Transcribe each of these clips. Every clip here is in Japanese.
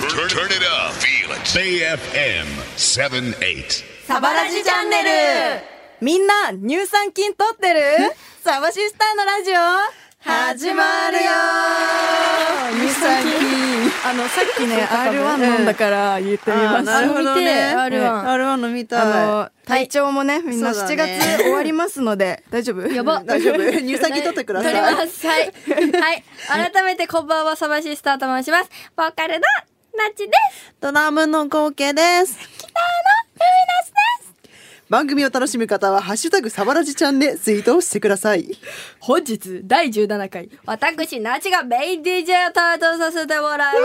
Turn it up. Feel it. BayFM 78. サバラジチャンネル。みんな乳酸菌取ってる？サバシスターのラジオ始まるよ。乳酸菌。さっきね R1 飲んだから言ってみました。 なるほどね。 R1 飲みたい。 体調もねみんな7月終わりますので大丈夫？ やば。大丈夫。乳酸菌取ってください。 取ります。はい。はい。改めてこんばんは、サバシスターと申します。ボーカルのなちです。 ドラムの合計です。 ギターのルミナスです。 番組を楽しむ方はハッシュタグサバラジちゃんでツイートをしてください。 本日第17回、私なちがメイン DJ を担当させてもらいます。よろしく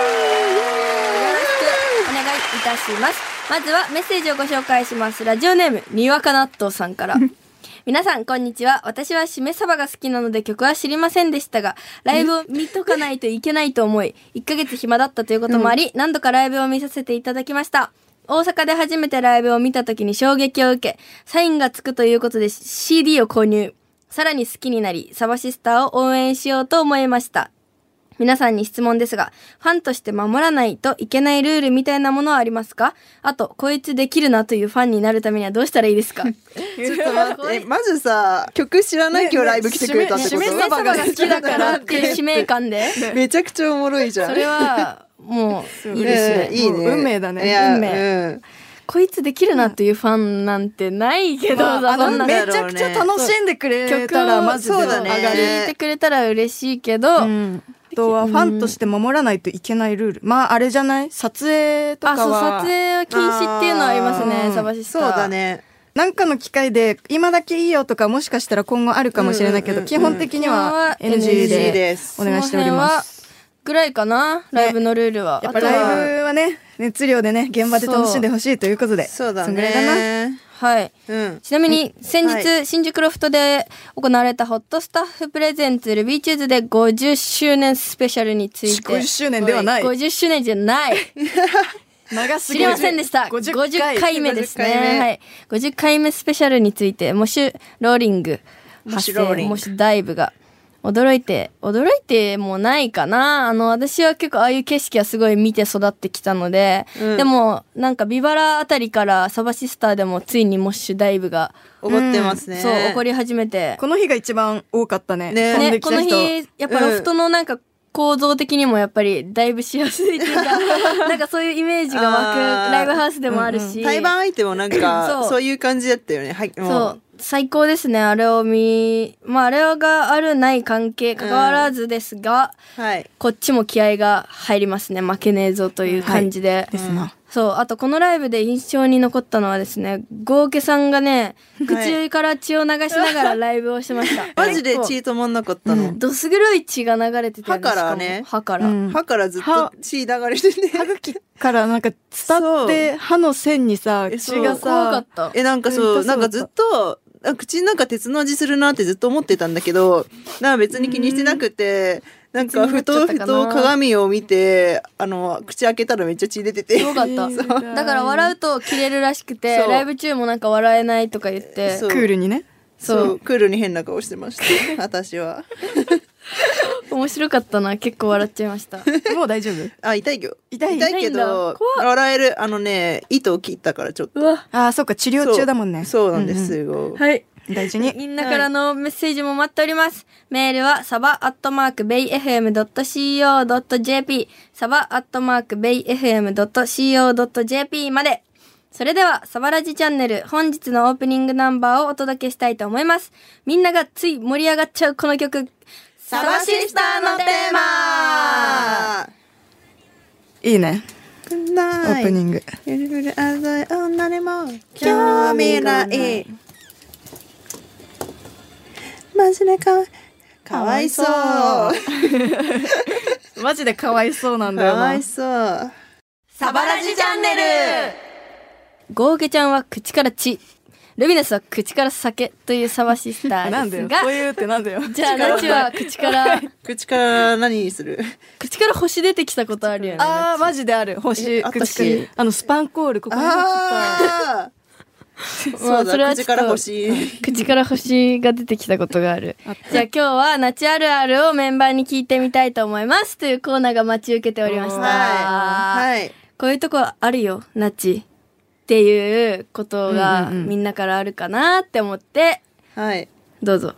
お願いいたします。まずはメッセージをご紹介します。ラジオネームにわか納豆さんから皆さんこんにちは。私はしめ鯖が好きなので曲は知りませんでしたが、ライブを見とかないといけないと思い1ヶ月暇だったということもあり、何度かライブを見させていただきました。大阪で初めてライブを見た時に衝撃を受け、サインがつくということで CD を購入。さらに好きになり、サバシスターを応援しようと思いました。皆さんに質問ですが、ファンとして守らないといけないルールみたいなものはありますか？あと、こいつできるなというファンになるためにはどうしたらいいですか？ ちょっと待って、まずさ、曲知らないけどライブ来てくれたってこと？ しめ鯖が好きだからっていう使命感でめちゃくちゃおもろいじゃん。 それはもういいですね。 いいね。 運命だね。 運命。こいつできるなっていうファンなんてないけど、 めちゃくちゃ楽しんでくれたらマジで上がる。 聞いてくれたら嬉しいけど、 あとはファンとして守らないといけないルール。まああれじゃない？撮影とかは。 そう、撮影は禁止っていうのはありますね、サバシスター。 そうだね。 なんかの機会で今だけいいよとかもしかしたら今後あるかもしれないけど、基本的には NG でお願いしております。 ぐらいかな、ライブのルールは。 やっぱライブはね、熱量でね、現場で楽しんでほしいということで。 そうだね。 そんぐらいかな。 はい。ちなみに、先日、新宿ロフトで行われたホットスタッフプレゼンツルビーチューズで50周年スペシャルについて。 50周年ではない。 50周年じゃない。 長すぎ知りませんでした。50回目ですね。はい。50回目スペシャルについて、モシュローリング、モシュダイブが。驚いてもないかな。私は結構ああいう景色はすごい見て育ってきたので、でもなんかビバラあたりからサバシスターでもついにモッシュダイブが起こってますね。 そう、起こり始めて。 この日が一番多かったね。 ね、この日、やっぱロフトのなんか構造的にもやっぱりだいぶしやすいっていうか、なんかそういうイメージが湧くライブハウスでもあるし。 対バン相手もなんか、そういう感じだったよね。はい。 そう。最高ですね。あれをまああれがあるない関係関わらずですが、 はい、 こっちも気合が入りますね。負けねえぞという感じで。 ですな。 そう。あとこのライブで印象に残ったのはですね、ゴーケさんがね、口から血を流しながらライブをしてました。 マジで血止まんなかったの。 どす黒い血が流れてて、 歯からね。 歯から。 歯からずっと血流れてて。 歯茎からなんか伝って歯の線にさ、血がさ。 怖かった。 なんかそう、なんかずっと、口の中鉄の味するなってずっと思ってたんだけど、なんか別に気にしてなくて、なんかふと鏡を見て、口開けたらめっちゃ血出てて。 すごかった。だから笑うと切れるらしくて、ライブ中もなんか笑えないとか言って。 クールにね。 そう、クールに変な顔してました。私は。 面白かったな。結構笑っちゃいました。 もう大丈夫？ 痛いよ。 痛いけど、笑える。糸を切ったからちょっと。 そっか、治療中だもんね。 そうなんですよ。 はい。 大事に。 みんなからのメッセージも待っております。メールはsaba@bayfm.co.jp saba@bayfm.co.jp まで。それでは、サバラジチャンネル、本日のオープニングナンバーをお届けしたいと思います。みんながつい盛り上がっちゃうこの曲、 サバシスターのテーマ。 いいね。オープニング。 ゆるゆるあざい女にも興味ない。マジでかわいそう。 マジでかわいそうなんだよな。 かわいそう。 サバラジチャンネル。 ゴーゲちゃんは口から血、ルミナスは口から酒というサバシスターですが。 なんだよ。そういうってなんだよ。 じゃあナチは口から何する？ 口から星出てきたことあるよね。 マジである。星。口から。スパンコールここに入ってた。 そうだ、口からちょっと星。 口から星が出てきたことがある。じゃあ今日はナチあるあるをメンバーに聞いてみたいと思いますというコーナーが待ち受けておりました。 はい。 こういうとこあるよ、ナチっていうことがうんうんうんみんなからあるかなって思って、 はい。 どうぞ。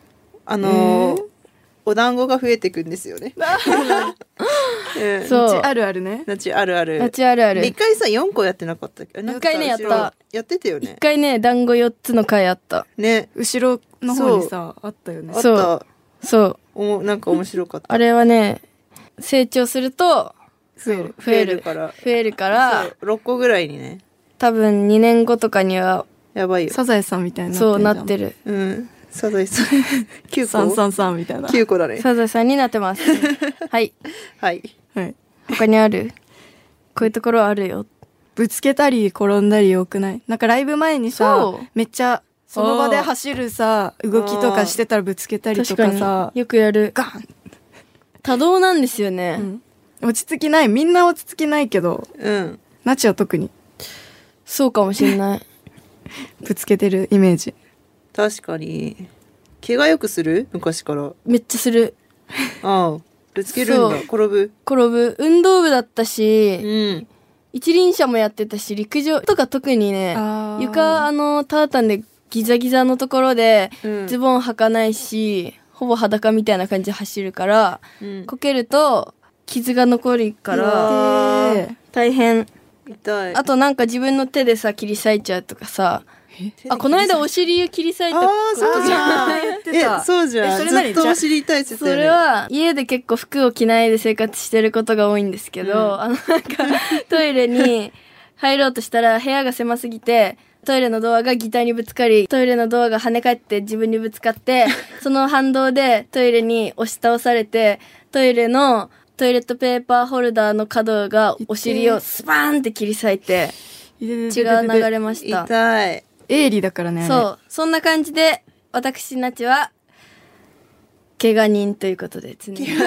お団子が増えてくんですよね。うんそう。 あるあるね。 ナチあるある。 ナチあるある。 一回さ、4個やってなかったっけ？ 一回ねやった後ろやってたよ一ね。 回ね、団子4つの回あった。 ね。 後ろの方にさ、あったよねあっ。 そうた。 そう。 なんか面白かった。 あれはね、成長すると増えるから。 増えるから、 そう6個ぐらいにね。 多分2年後とかには、 やばいよ。 サザエさんみたいにそうななる。 ってる。 うん。サザエさん。9個 333みたいな。 9個だね。 サザエさんになってます。はい。 はい。 はい。 他にある？こういうところあるよ。 ぶつけたり転んだり多くない？なんかライブ前にさそう、 めっちゃその場で走るさ、動きとかしてたらぶつけたりとかさ、 よくやる。 ガン。 多動なんですよね。 落ち着きない。みんな落ち着きないけど、 うん。 ナチは特にそうかもしれない。 ぶつけてるイメージ。 確かに。怪我よくする？昔から。 めっちゃする。 ああ。ぶつけるんだ。 そう転ぶ。 転ぶ。運動部だったうし、 ん。 一輪車もやってたし、陸上とか特にね、床、タータンでギザギザのところで、 うんズボン履かないし、ほぼ裸みたいな感じで走るから、 うんこけると傷が残るかうら、 わー大変。 痛い。 あとなんか自分の手でさ、切り裂いちゃうとかさ、あ、この間お尻を切り裂いたああ、そうじゃん。 言ってたそうじゃん。 それ何ずっと知りたいって言ってそたよね。 れは家で結構服を着ないで生活してることが多いんですけど、なんかトイレに入ろうとしたら部屋が狭すぎて、トイレのドアがギターにぶつかり、トイレのドアが跳ね返って自分にぶつかって、その反動でトイレに押し倒されて、トイレットペーパーホルダーの角がお尻をスパーンって切り裂いて、血が流れました。 痛い。 鋭利だからね。 そう。そんな感じで、私ナチは、怪我人ということで、常に怪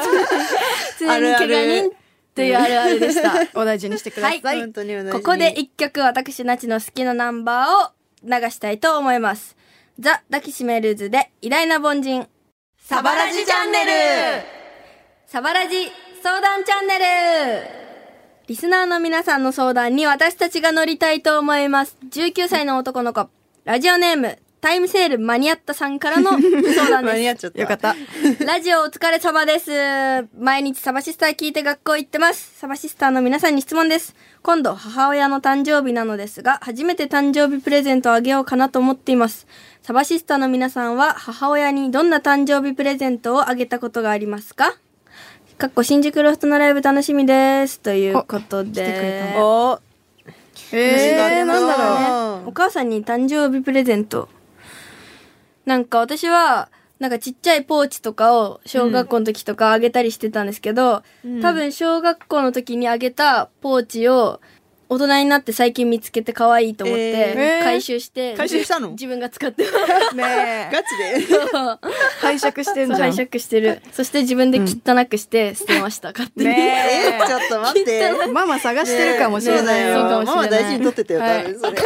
我人というあるあるでした。 お大事にしてください。 はい本当にお大事にここで一曲私ナチの好きなナンバーを流したいと思います。ザ・抱きしめルーズで偉大な凡人。サバラジチャンネルサバラジ相談チャンネルリスナーの皆さんの相談に私たちが乗りたいと思います。19歳の男の子、ラジオネーム、タイムセール間に合ったさんからの相談です。 間に合っちゃった。 よかった。 ラジオお疲れ様です。毎日サバシスター聞いて学校行ってます。サバシスターの皆さんに質問です。今度母親の誕生日なのですが、初めて誕生日プレゼントをあげようかなと思っています。サバシスターの皆さんは母親にどんな誕生日プレゼントをあげたことがありますか？かっこ新宿ロフトのライブ楽しみです。ということ来てくれで。 たおなんだろうね。おう母さんに誕生日プレゼント。なんか私は、なんかちっちゃいポーチとかを小学校の時とかあげたりしてたんですけど、多分小学校の時にあげたポーチを大人になって最近見つけて可愛いと思って回収して、 回収したの自分が使ってねえ。 ガチで拝借してんじゃん。 拝借してる。そして自分で汚くして捨てました。勝手に。 ねちょっと待って。 ママ探してるかもしれないそうよ。 だよ。ママ大事に取ってたよ、 はい多分それ。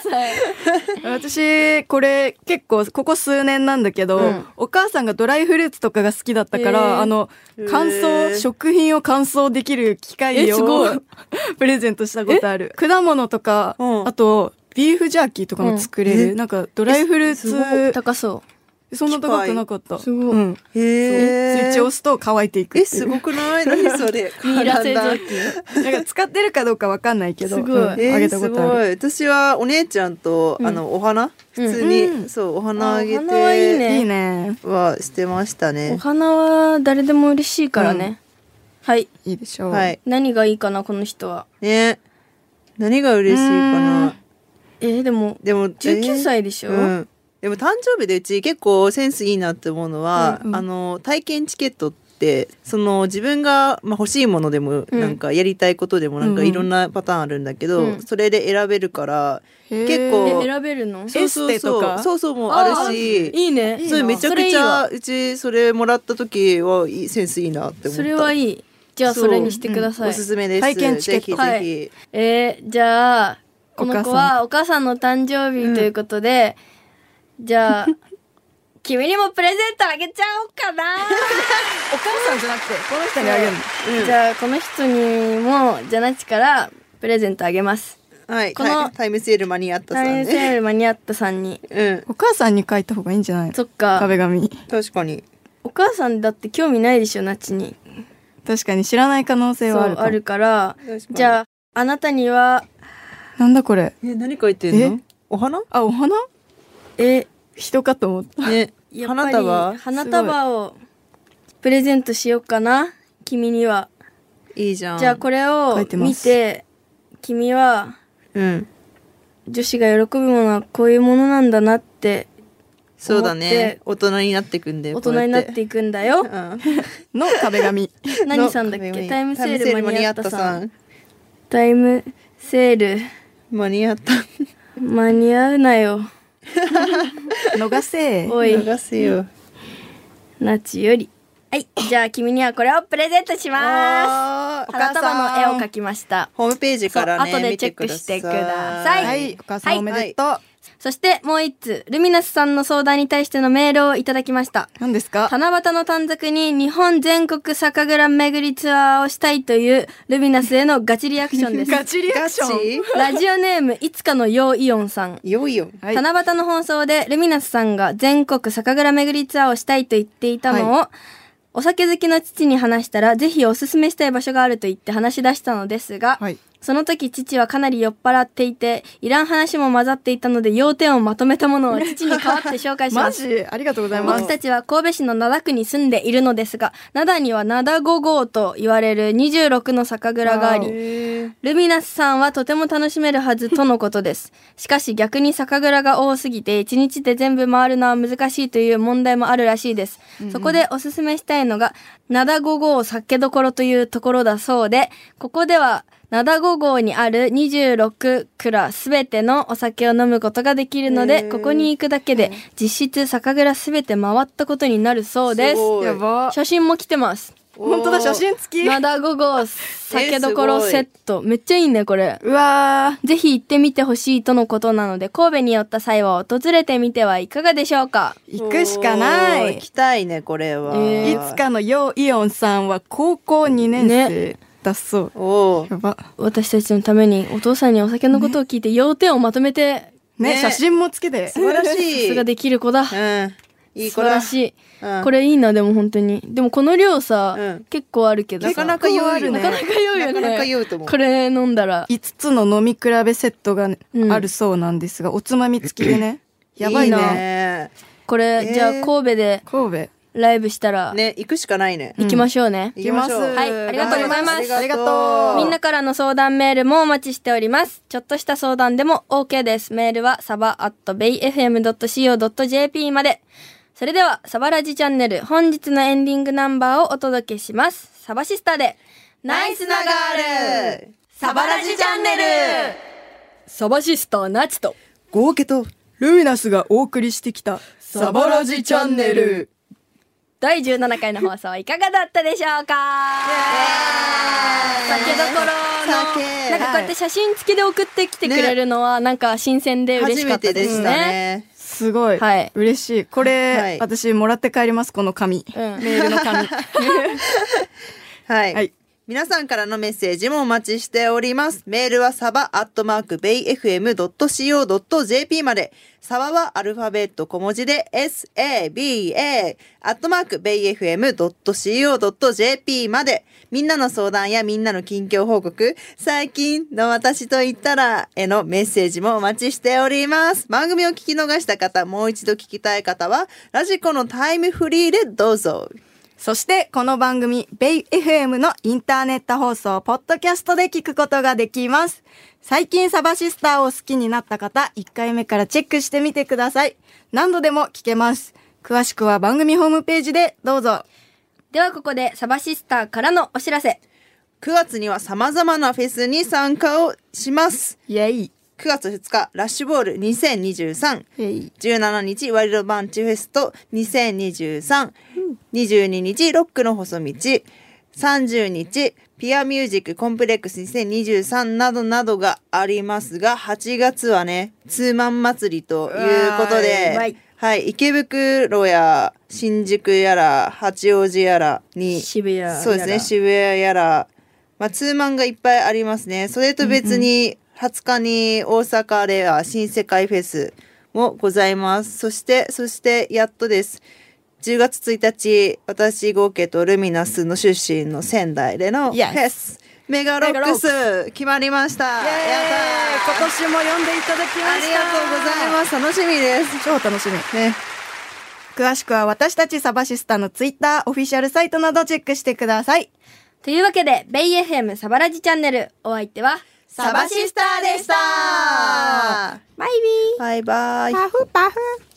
私、これ結構ここ数年なんだけど、お母さんがドライフルーツとかが好きだったから、乾燥、食品を乾燥できる機械すごいをプレゼントしたことある。果物とか、 うんあと、ビーフジャーキーとかも作れる。なんか、ドライフルーツ、 高そそんな高くなかった。 すごいうん。スイへッチを押すと乾いていくっていう。 すごくない？何それ。 う。ミイラ製造体機。 なんか使ってるかどうかわかんないけど、 すごいあげたことある。 すごい。私はお姉ちゃんと、お花普通に、そう、お花あげお花はいいてねいいね。 はしてましたおね。 花は誰でも嬉しいからね。はい。 いいでしょう。 は。い。 何がいいかな、この人は。 ね。何が嬉しいかな。 でも、 でも、 19歳でしょ、 うん。でも誕生日でうち結構センスいいなって思うのは、 うん体験チケットってその自分が、欲しいものでもなんかやりたいことでもなんかうんいろんなパターンあるんだけど、 うんそれで選べるからへー結構選べるのそうそうエステとかそうもあるしいいね。 それめちゃくちそれいいわゃうちそれもらった時はいいセンスいいなって思った。 それはいい。じゃあそれにしてください。 おすすめです。 体験チケットぜひぜひ。 じゃあ、 この子はお母さんの誕生日ということで、じゃあ君にもプレゼントあげちゃおうかな。 お母さんじゃなくてこの人にあげるの。 じゃあこの人にもじゃなちからプレゼントあげます。 はい。 このタイムセール間に合ったさんタイムセね。 ール間に合ったさんに。 お母さんに書いた方がいいんじゃないの？ そっか。 壁紙。 確かに。 お母さんだって興味ないでしょ、ナチに。 確かに知らない可能性はあるかも。 あるから確かに。 じゃああなたにはなんだこれ。 何書いてんの？お花？ あ、お花？人かと思った。 ね。 やっぱり花束をプレゼントしようかな、君には。 いいじゃん。 じゃあこれを見て君は女子が喜ぶものはこういうものなんだなってそうだね。大人になっていくんだよ。 大人になっていくんだよ。 の壁紙。 何さんだっけ？タイムセール間に合ったさん。タイムセール間に合った。 間に合うなよ。 逃せ。 おい。 逃せよ。 ナチより。はい。じゃあ君にはこれをプレゼントします。花束の絵を描きました。 ホームページからね。 後でチェックしてください。 はい。お母さんおめでとう。 そしてもう一つ、ルミナスさんの相談に対してのメールをいただきました。 何ですか？ 七夕の短冊に日本全国酒蔵巡りツアーをしたいというルミナスへのガチリアクションです。 ガチリアクション。 ラジオネームいつかのヨーイオンさん。 ヨーイオン。 はい、七夕の放送でルミナスさんが全国酒蔵巡りツアーをしたいと言っていたのを、はい、お酒好きの父に話したらぜひおすすめしたい場所があると言って話し出したのですが、はい、その時父はかなり酔っ払っていていらん話も混ざっていたので要点をまとめたものを父に代わって紹介します。 マジありがとうございます。 僕たちは神戸市の灘区に住んでいるのですが、灘には灘5号と言われる26の酒蔵があり、ルミナスさんはとても楽しめるはずとのことです。しかし逆に酒蔵が多すぎて1日で全部回るのは難しいという問題もあるらしいです。そこでおすすめしたいのが灘5号酒どころというところだそうで、ここでは灘5号にある26蔵すべてのお酒を飲むことができるので、ここに行くだけで実質酒蔵すべて回ったことになるそうです。 やば。 写真も来てます。 本当だ、写真付き。 灘5号酒どころセット。めっちゃいいね、これ。 うわー。ぜひ行ってみてほしいとのことなので、神戸に寄った際は訪れてみてはいかがでしょうか。 行くしかない。 行きたいね、これは。 いつかのヨーイオンさんは高校2年生。だそう。 おやば。 私たちのためにお父さんにお酒のことを聞いて要点をまとめてね、写真もつけて素晴らしい。 さすができる子だ。 いい子だ。 素晴らしい。これいいな、でも本当に。でもこの量さ、結構あるけどさ。 なかなか酔うよね。 なかなか酔うよね。 なかなか酔うと思う。 これ飲んだら。 5つの飲み比べセットがあるそうなんですが、おつまみ付きでね。やばいな。 いいね。 これ、じゃあ神戸で。 神戸。 ライブしたらね、行くしかないね。 行きましょうね。 行きましょう。 はい、ありがとうございます。 ありがとう。 みんなからの相談メールもお待ちしております。ちょっとした相談でも OK です。メールはsaba@bayfm.co.jp まで。それではサバラジチャンネル本日のエンディングナンバーをお届けします。サバシスターでナイスなガール。サバラジチャンネル。サバシスターナチとゴーケとルミナスがお送りしてきたサバラジチャンネル。 第17回の放送いかがだったでしょうか。酒どころのなんかこうやって写真付きで送ってきてくれるのはなんか新鮮で嬉しかったですね。 すごい、はい、嬉しい。これ、私もらって帰ります、この紙、メールの紙はい、はい、皆さんからのメッセージもお待ちしております。メールはsaba@bayfm.co.jp まで。サバはアルファベット小文字で saba@bayfm.co.jp まで。みんなの相談やみんなの近況報告、最近の私と言ったらへのメッセージもお待ちしております。番組を聞き逃した方、もう一度聞きたい方はラジコのタイムフリーでどうぞ。 そしてこの番組ベイ FM のインターネット放送ポッドキャストで聞くことができます。最近サバシスターを好きになった方、1回目からチェックしてみてください。何度でも聞けます。詳しくは番組ホームページでどうぞ。 ではここでサバシスターからのお知らせ。 9月には様々なフェスに参加をします。 イェイ。 9月2日ラッシュボール2023、17日ワイルドバンチフェスト2023、22日ロックの細道、30日ピアミュージックコンプレックス2023などなどがありますが、8月はね、ツーマン祭りということうわでーい、 はい、池袋や新宿やら八王子やらに、 渋谷やらそうですね、渋谷やら、まあ、ツーマンがいっぱいありますね。それと別に20日に大阪では新世界フェスもございます。そしてやっとです。10月1日、私合計とルミナスの出身の仙台でのフ Yes ェス、メガロックス決まりました。やったー。 今年も呼んでいただきました。 ありがとうございます。楽しみです。 超楽しみ。 ね。 詳しくは私たちサバシスタのツイッター、オフィシャルサイトなどチェックしてください。 というわけで、ベイ FM サバラジチャンネル、お相手は、 サバシスターでした。 バイビー。 バイバイ。 パフパフ。